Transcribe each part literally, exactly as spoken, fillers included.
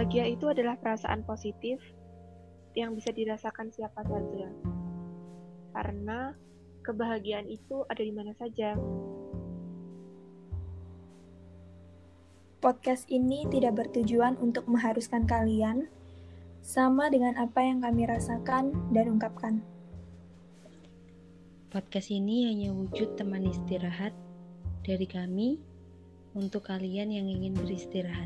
Bahagia itu adalah perasaan positif yang bisa dirasakan siapa saja. Karena kebahagiaan itu ada di mana saja. Podcast ini tidak bertujuan untuk mengharuskan kalian, sama dengan apa yang kami rasakan dan ungkapkan. Podcast ini hanya wujud teman istirahat dari kami untuk kalian yang ingin beristirahat.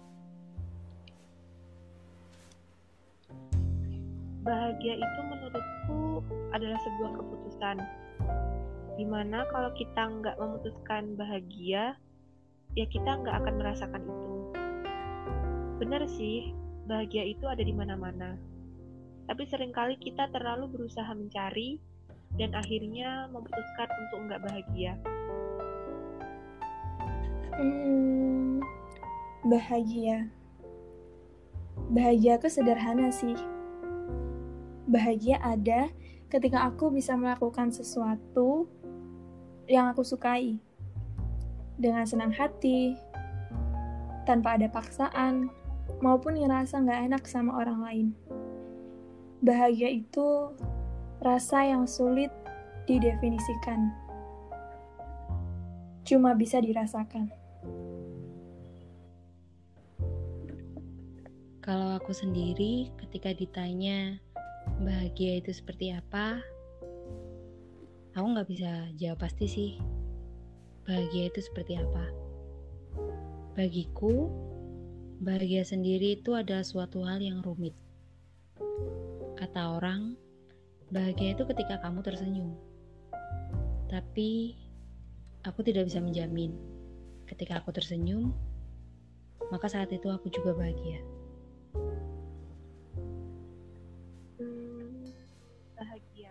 Bahagia itu menurutku adalah sebuah keputusan. Dimana kalau kita nggak memutuskan bahagia, ya kita nggak akan merasakan itu. Benar sih, bahagia itu ada di mana-mana. Tapi seringkali kita terlalu berusaha mencari dan akhirnya memutuskan untuk nggak bahagia. Hmm, bahagia. Bahagia itu sederhana sih. Bahagia ada ketika aku bisa melakukan sesuatu yang aku sukai dengan senang hati, tanpa ada paksaan, maupun ngerasa gak enak sama orang lain. Bahagia itu rasa yang sulit didefinisikan, cuma bisa dirasakan. Kalau aku sendiri ketika ditanya bahagia itu seperti apa, aku gak bisa jawab pasti sih bahagia itu seperti apa. Bagiku, bahagia sendiri itu adalah suatu hal yang rumit. Kata orang, bahagia itu ketika kamu tersenyum. Tapi, aku tidak bisa menjamin ketika aku tersenyum, maka saat itu aku juga bahagia. Hmm, bahagia.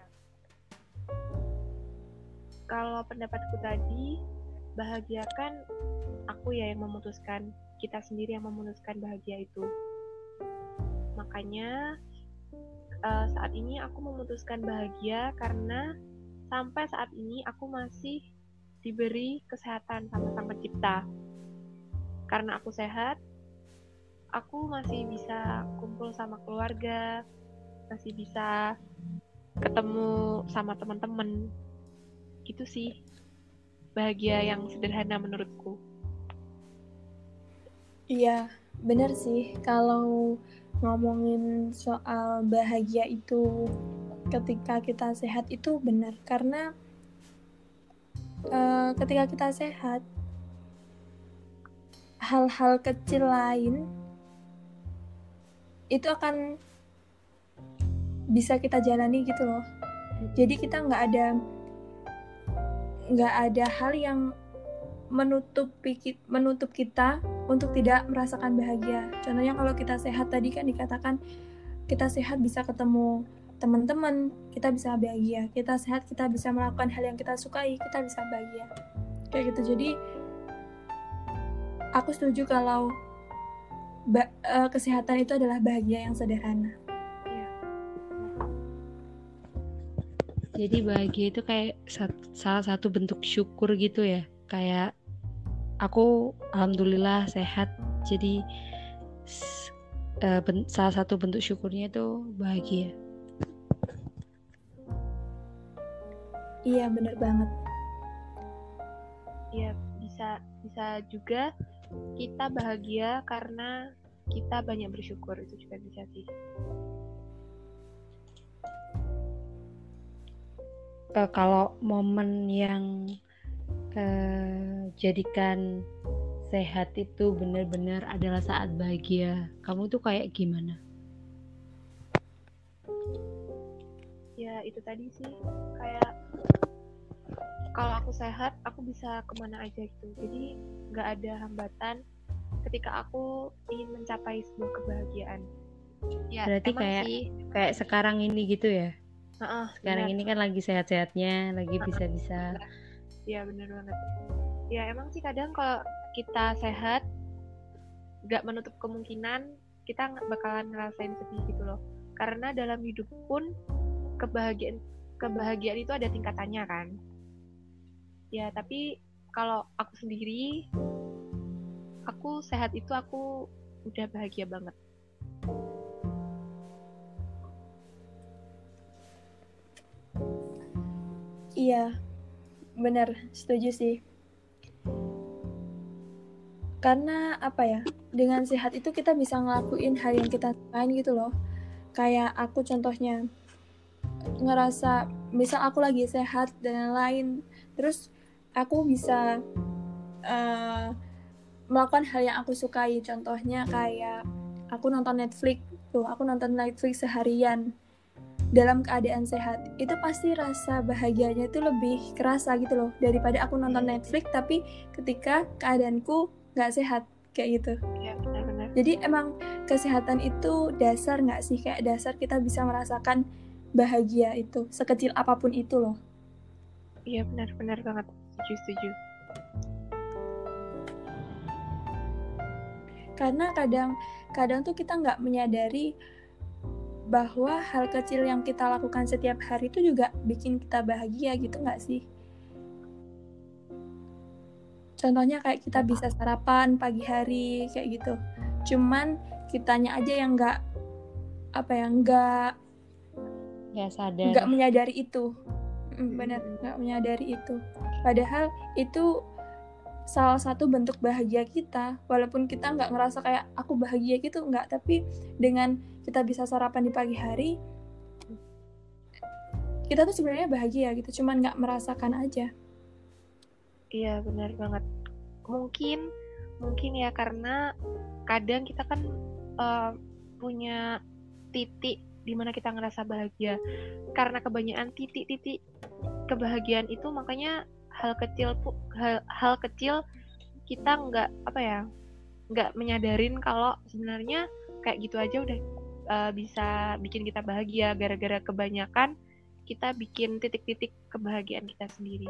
Kalau pendapatku tadi, bahagia kan aku ya yang memutuskan, kita sendiri yang memutuskan bahagia itu. Makanya uh, saat ini aku memutuskan bahagia karena sampai saat ini aku masih diberi kesehatan sama Sang Pencipta. Karena aku sehat, aku masih bisa kumpul sama keluarga, masih bisa ketemu sama teman-teman. Gitu sih bahagia yang sederhana menurutku. Iya, benar sih. Kalau ngomongin soal bahagia itu ketika kita sehat itu benar. Karena uh, ketika kita sehat, hal-hal kecil lain itu akan bisa kita jalani gitu loh. Jadi kita nggak ada nggak ada hal yang menutup menutup kita untuk tidak merasakan bahagia. Contohnya kalau kita sehat tadi kan dikatakan kita sehat bisa ketemu teman-teman, kita bisa bahagia. Kita sehat kita bisa melakukan hal yang kita sukai, kita bisa bahagia. Kayak gitu. Jadi aku setuju kalau ba- uh, kesehatan itu adalah bahagia yang sederhana. Jadi bahagia itu kayak sat- salah satu bentuk syukur gitu ya. Kayak aku alhamdulillah sehat. Jadi uh, ben- salah satu bentuk syukurnya itu bahagia. Iya, benar banget. Iya, bisa bisa juga kita bahagia karena kita banyak bersyukur, itu juga bisa sih. Uh, kalau momen yang uh, jadikan sehat itu benar-benar adalah saat bahagia, kamu tuh kayak gimana? Ya itu tadi sih, kayak kalau aku sehat aku bisa kemana aja gitu, jadi nggak ada hambatan ketika aku ingin mencapai sebuah kebahagiaan. Ya, berarti kayak sih. kayak sekarang ini gitu ya. Uh-uh, sekarang bener. Ini kan lagi sehat-sehatnya, lagi uh-uh. bisa-bisa. Iya benar banget. Ya emang sih kadang kalau kita sehat nggak menutup kemungkinan kita bakalan ngerasain sedih gitu loh. Karena dalam hidup pun kebahagiaan kebahagiaan itu ada tingkatannya kan. Ya tapi kalau aku sendiri, aku sehat itu aku udah bahagia banget. Iya, benar, setuju sih. Karena apa ya, dengan sehat itu kita bisa ngelakuin hal yang kita sukain gitu loh. Kayak aku contohnya ngerasa, misal aku lagi sehat dan lain-lain, terus aku bisa uh, melakukan hal yang aku sukai. Contohnya kayak aku nonton Netflix tuh, aku nonton Netflix seharian dalam keadaan sehat, itu pasti rasa bahagianya itu lebih kerasa gitu loh daripada aku nonton Netflix tapi ketika keadaanku nggak sehat kayak gitu. Ya, benar-benar. Jadi emang kesehatan itu dasar nggak sih, kayak dasar kita bisa merasakan bahagia itu sekecil apapun itu loh. Iya, benar-benar banget, setuju-setuju. Karena kadang kadang tuh kita nggak menyadari bahwa hal kecil yang kita lakukan setiap hari itu juga bikin kita bahagia gitu nggak sih? Contohnya kayak kita bisa sarapan pagi hari kayak gitu. Cuman kitanya aja yang nggak apa ya nggak nggak sadar, nggak menyadari itu. Benar, nggak menyadari itu. Padahal itu salah satu bentuk bahagia kita, walaupun kita nggak ngerasa kayak aku bahagia gitu, nggak, tapi dengan kita bisa sarapan di pagi hari, kita tuh sebenarnya bahagia gitu, cuman nggak merasakan aja. Iya, benar banget. Mungkin, mungkin ya karena kadang kita kan uh, punya titik di mana kita ngerasa bahagia. Karena kebanyakan titik-titik kebahagiaan itu, makanya hal kecil hal, hal kecil kita nggak apa ya nggak menyadarin kalau sebenarnya kayak gitu aja udah uh, bisa bikin kita bahagia, gara-gara kebanyakan kita bikin titik-titik kebahagiaan kita sendiri.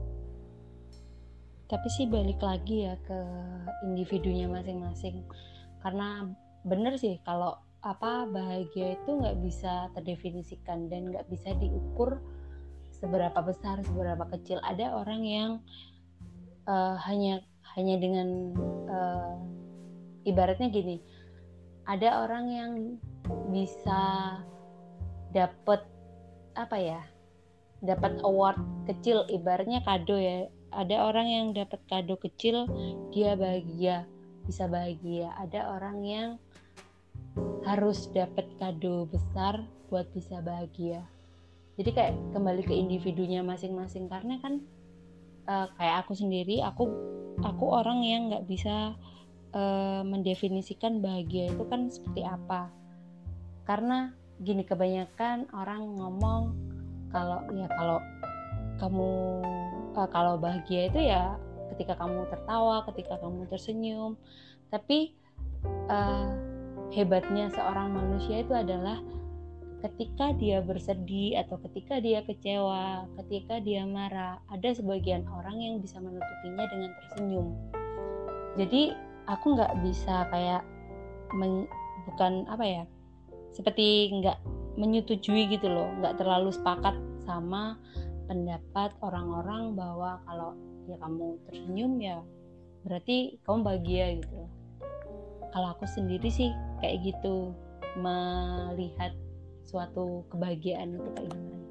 Tapi sih balik lagi ya ke individunya masing-masing, karena bener sih kalau apa bahagia itu nggak bisa terdefinisikan dan nggak bisa diukur seberapa besar, seberapa kecil. Ada orang yang uh, hanya hanya dengan uh, ibaratnya gini, ada orang yang bisa dapat apa ya, dapat award kecil, ibaratnya kado ya. Ada orang yang dapat kado kecil, dia bahagia, bisa bahagia. Ada orang yang harus dapat kado besar buat bisa bahagia. Jadi kayak kembali ke individunya masing-masing, karena kan uh, kayak aku sendiri, aku aku orang yang nggak bisa uh, mendefinisikan bahagia itu kan seperti apa. Karena gini, kebanyakan orang ngomong kalau ya kalau kamu uh, kalau bahagia itu ya ketika kamu tertawa, ketika kamu tersenyum. Tapi uh, hebatnya seorang manusia itu adalah ketika dia bersedih atau ketika dia kecewa, ketika dia marah, ada sebagian orang yang bisa menutupinya dengan tersenyum. Jadi aku nggak bisa kayak men, bukan apa ya, seperti nggak menyetujui gitu loh, nggak terlalu sepakat sama pendapat orang-orang bahwa kalau ya kamu tersenyum ya berarti kamu bahagia gitu. Kalau aku sendiri sih kayak gitu, melihat suatu kebahagiaan itu kayak gimana.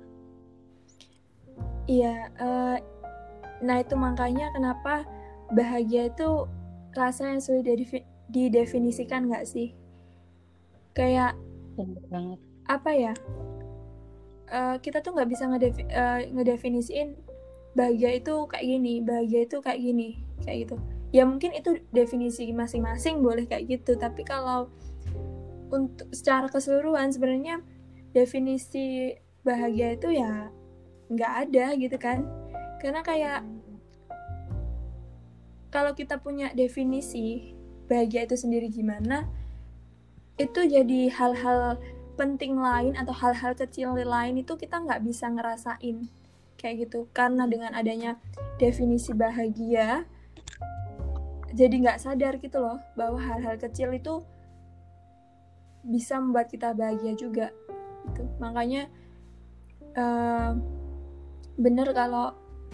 Iya, uh, nah itu makanya kenapa bahagia itu rasa yang sulit didefinisikan nggak sih? Kayak bener banget. Apa ya? Uh, kita tuh nggak bisa ngedefi- uh, ngedefinisiin bahagia itu kayak gini, bahagia itu kayak gini, kayak gitu. Ya mungkin itu definisi masing-masing boleh kayak gitu, tapi kalau untuk secara keseluruhan sebenarnya definisi bahagia itu ya nggak ada gitu kan. Karena kayak kalau kita punya definisi bahagia itu sendiri gimana, itu jadi hal-hal penting lain atau hal-hal kecil lain itu kita nggak bisa ngerasain kayak gitu. Karena dengan adanya definisi bahagia, jadi nggak sadar gitu loh bahwa hal-hal kecil itu bisa membuat kita bahagia juga gitu. Makanya uh, bener kalau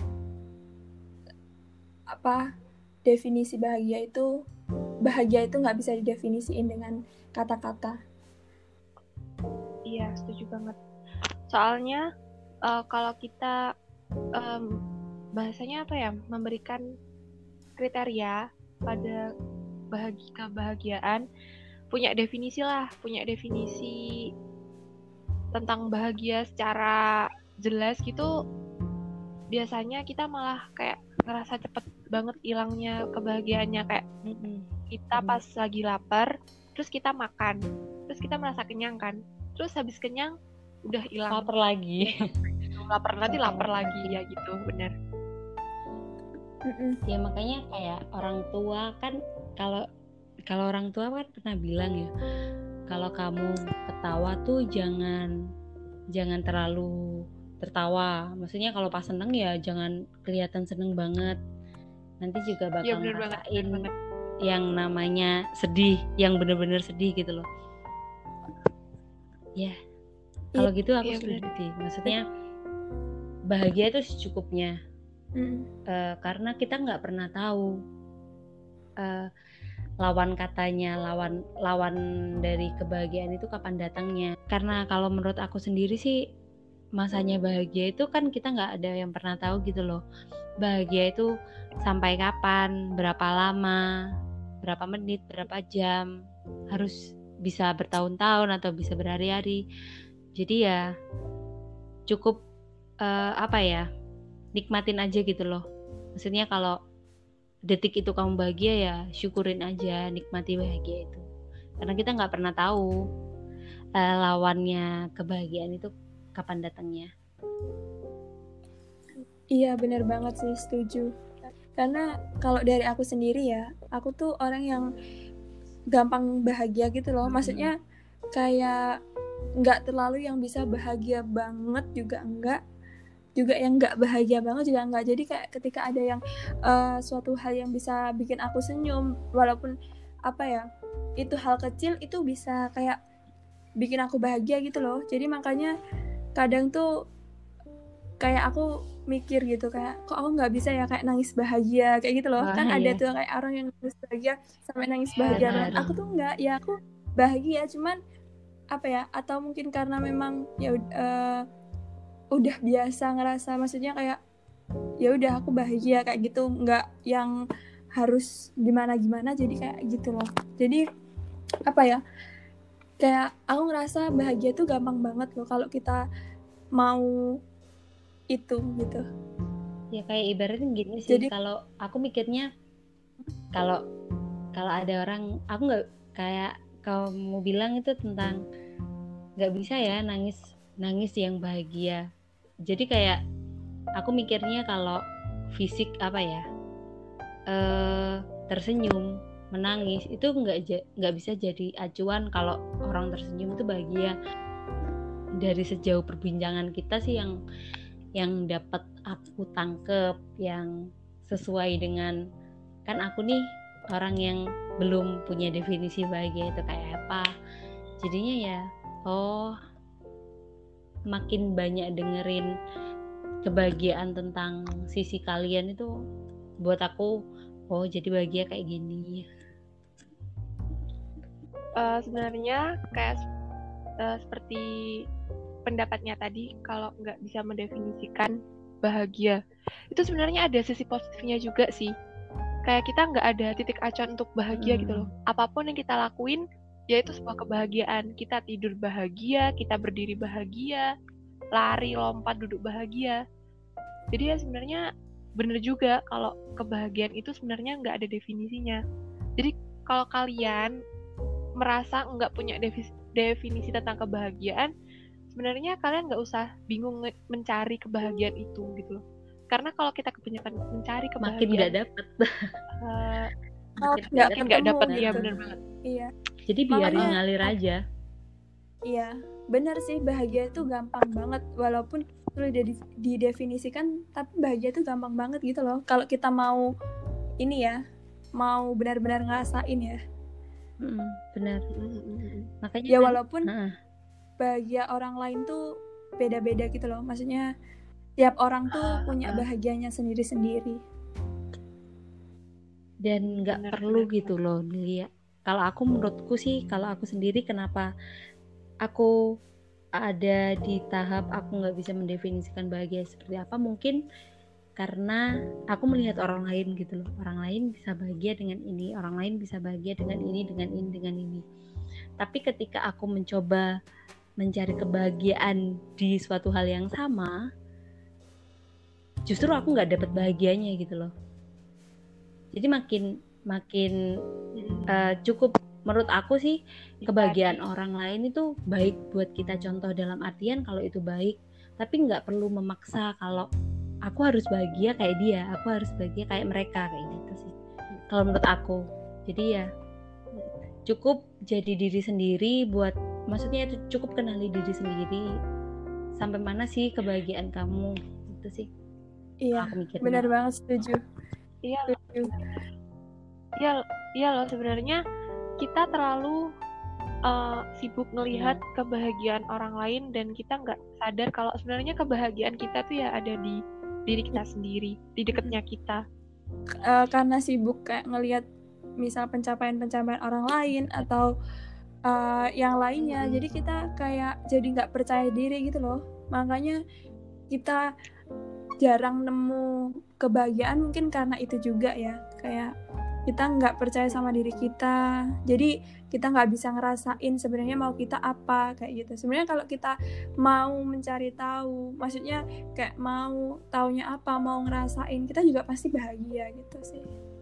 apa definisi bahagia itu bahagia itu nggak bisa didefinisiin dengan kata-kata. Iya, setuju banget. Soalnya uh, kalau kita um, bahasanya apa ya, memberikan kriteria pada bahagia kebahagiaan, punya definisi lah, punya definisi tentang bahagia secara jelas gitu, biasanya kita malah kayak ngerasa cepet banget hilangnya kebahagiaannya. Kayak Mm-mm. kita Bener. pas lagi lapar, terus kita makan, terus kita merasa kenyang kan, terus habis kenyang udah hilang, Lapar lagi. lapar nanti lapar lagi ya gitu, bener. Mm-mm. Ya makanya kayak orang tua kan, kalau kalau orang tua kan pernah bilang ya, kalau kamu ketawa tuh jangan jangan terlalu tertawa. Maksudnya kalau pas seneng ya jangan kelihatan seneng banget. Nanti juga bakal Iya, bener banget, ngerasain bener banget. yang namanya sedih, yang bener-bener sedih gitu loh. Ya, kalau gitu aku Iya, setuju bener. sih. Maksudnya bahagia itu secukupnya. Mm. Uh, karena kita nggak pernah tahu uh, lawan katanya, lawan lawan dari kebahagiaan itu kapan datangnya. Karena kalau menurut aku sendiri sih, masanya bahagia itu kan kita nggak ada yang pernah tahu gitu loh. Bahagia itu sampai kapan, berapa lama, berapa menit, berapa jam, harus bisa bertahun-tahun atau bisa berhari-hari. Jadi ya cukup uh, apa ya, nikmatin aja gitu loh. Maksudnya kalau detik itu kamu bahagia ya syukurin aja, nikmati bahagia itu. Karena kita nggak pernah tahu uh, lawannya kebahagiaan itu kapan datangnya. Iya benar banget sih, setuju. Karena kalau dari aku sendiri ya, aku tuh orang yang gampang bahagia gitu loh. Maksudnya kayak nggak terlalu yang bisa bahagia banget juga enggak, juga yang nggak bahagia banget juga enggak. Jadi kayak ketika ada yang uh, suatu hal yang bisa bikin aku senyum, walaupun apa ya, itu hal kecil itu bisa kayak bikin aku bahagia gitu loh. Jadi makanya kadang tuh kayak aku mikir gitu, kayak kok aku nggak bisa ya kayak nangis bahagia kayak gitu loh. Wah, kan ada ya. tuh kayak orang yang nangis bahagia sampai nangis bahagia banget. Aku tuh nggak, ya aku bahagia cuman apa ya, atau mungkin karena memang ya uh, udah biasa ngerasa, maksudnya kayak ya udah aku bahagia kayak gitu, nggak yang harus gimana gimana, jadi kayak gitu loh. Jadi apa ya, kayak aku ngerasa bahagia tuh gampang banget loh kalau kita mau itu gitu. Ya kayak ibaratnya gini sih. Jadi kalau aku mikirnya, kalau kalau ada orang, aku nggak kayak kamu bilang itu tentang nggak bisa ya nangis nangis yang bahagia. Jadi kayak aku mikirnya kalau fisik apa ya, eh, tersenyum, menangis itu nggak nggak bisa jadi acuan kalau orang tersenyum itu bahagia. Dari sejauh perbincangan kita sih yang yang dapat aku tangkep, yang sesuai dengan, kan aku nih orang yang belum punya definisi bahagia itu kayak apa. Jadinya ya oh makin banyak dengerin kebahagiaan tentang sisi kalian itu buat aku, oh jadi bahagia kayak gini. Uh, sebenarnya kayak uh, seperti pendapatnya tadi, kalau nggak bisa mendefinisikan bahagia, itu sebenarnya ada sisi positifnya juga sih. Kayak kita nggak ada titik acuan untuk bahagia hmm. gitu loh. Apapun yang kita lakuin, ya itu sebuah kebahagiaan. Kita tidur bahagia, kita berdiri bahagia, lari, lompat, duduk bahagia. Jadi ya sebenarnya bener juga kalau kebahagiaan itu sebenarnya nggak ada definisinya. Jadi kalau kalian merasa nggak punya definisi tentang kebahagiaan, sebenarnya kalian nggak usah bingung mencari kebahagiaan itu gitu loh. Karena kalau kita kebanyakan mencari kebahagiaan, makin nggak dapet, uh, oh, nggak nggak dapet gitu. Ya bener banget. Iya. Jadi biarin Makanya, ngalir aja. Iya, bener sih, bahagia itu gampang banget, walaupun sudah didefinisikan, tapi bahagia itu gampang banget gitu loh. Kalau kita mau ini ya, mau benar-benar ngerasain ya. Hmm, benar. Makanya ya kan, walaupun nah. bahagia orang lain tuh beda-beda gitu loh. Maksudnya tiap orang tuh uh, punya uh. bahagianya sendiri-sendiri. Dan nggak perlu bener. Gitu loh, Lia. Kalau aku menurutku sih, kalau aku sendiri kenapa aku ada di tahap aku nggak bisa mendefinisikan bahagia seperti apa, mungkin karena aku melihat orang lain gitu loh. Orang lain bisa bahagia dengan ini, orang lain bisa bahagia dengan ini, dengan ini, dengan ini. Tapi ketika aku mencoba mencari kebahagiaan di suatu hal yang sama, justru aku nggak dapat bahagianya gitu loh. Jadi makin makin uh, cukup menurut aku sih kebahagiaan orang lain itu baik buat kita contoh dalam artian kalau itu baik, tapi nggak perlu memaksa kalau aku harus bahagia kayak dia, aku harus bahagia kayak mereka, kayak gitu sih kalau menurut aku. Jadi ya cukup jadi diri sendiri, buat maksudnya itu cukup kenali diri sendiri sampai mana sih kebahagiaan kamu, gitu sih. Iya, benar banget, setuju. Iya, iya, iya loh, sebenarnya kita terlalu uh, sibuk ngelihat hmm. kebahagiaan orang lain dan kita nggak sadar kalau sebenarnya kebahagiaan kita tuh ya ada di diri kita sendiri, di dekatnya kita. Uh, karena sibuk kayak ngelihat misal pencapaian-pencapaian orang lain atau uh, yang lainnya, hmm. jadi kita kayak jadi nggak percaya diri gitu loh. Makanya kita jarang nemu kebahagiaan, mungkin karena itu juga ya, kayak kita nggak percaya sama diri kita, jadi kita nggak bisa ngerasain sebenarnya mau kita apa, kayak gitu. Sebenarnya kalau kita mau mencari tahu, maksudnya kayak mau taunya apa, mau ngerasain, kita juga pasti bahagia gitu sih.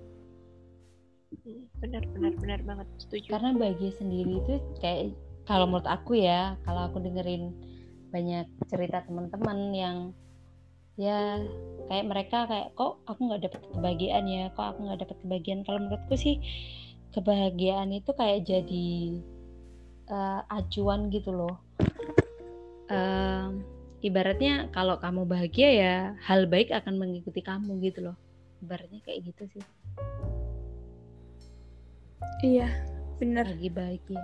Benar, benar, benar banget, setuju. Karena bahagia sendiri itu kayak, kalau menurut aku ya, kalau aku dengerin banyak cerita teman-teman yang ya kayak mereka kayak kok aku nggak dapet kebahagiaan ya, kok aku nggak dapet kebahagiaan. Kalau menurutku sih kebahagiaan itu kayak jadi uh, acuan gitu loh. Uh, ibaratnya kalau kamu bahagia ya hal baik akan mengikuti kamu gitu loh. Ibaratnya kayak gitu sih. Iya, benar. Lagi bahagia.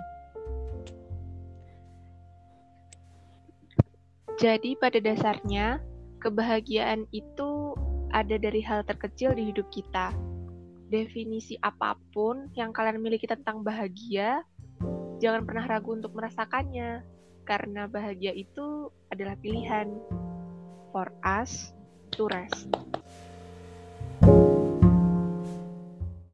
Jadi pada dasarnya kebahagiaan itu ada dari hal terkecil di hidup kita. Definisi apapun yang kalian miliki tentang bahagia, jangan pernah ragu untuk merasakannya, karena bahagia itu adalah pilihan. For us to rest.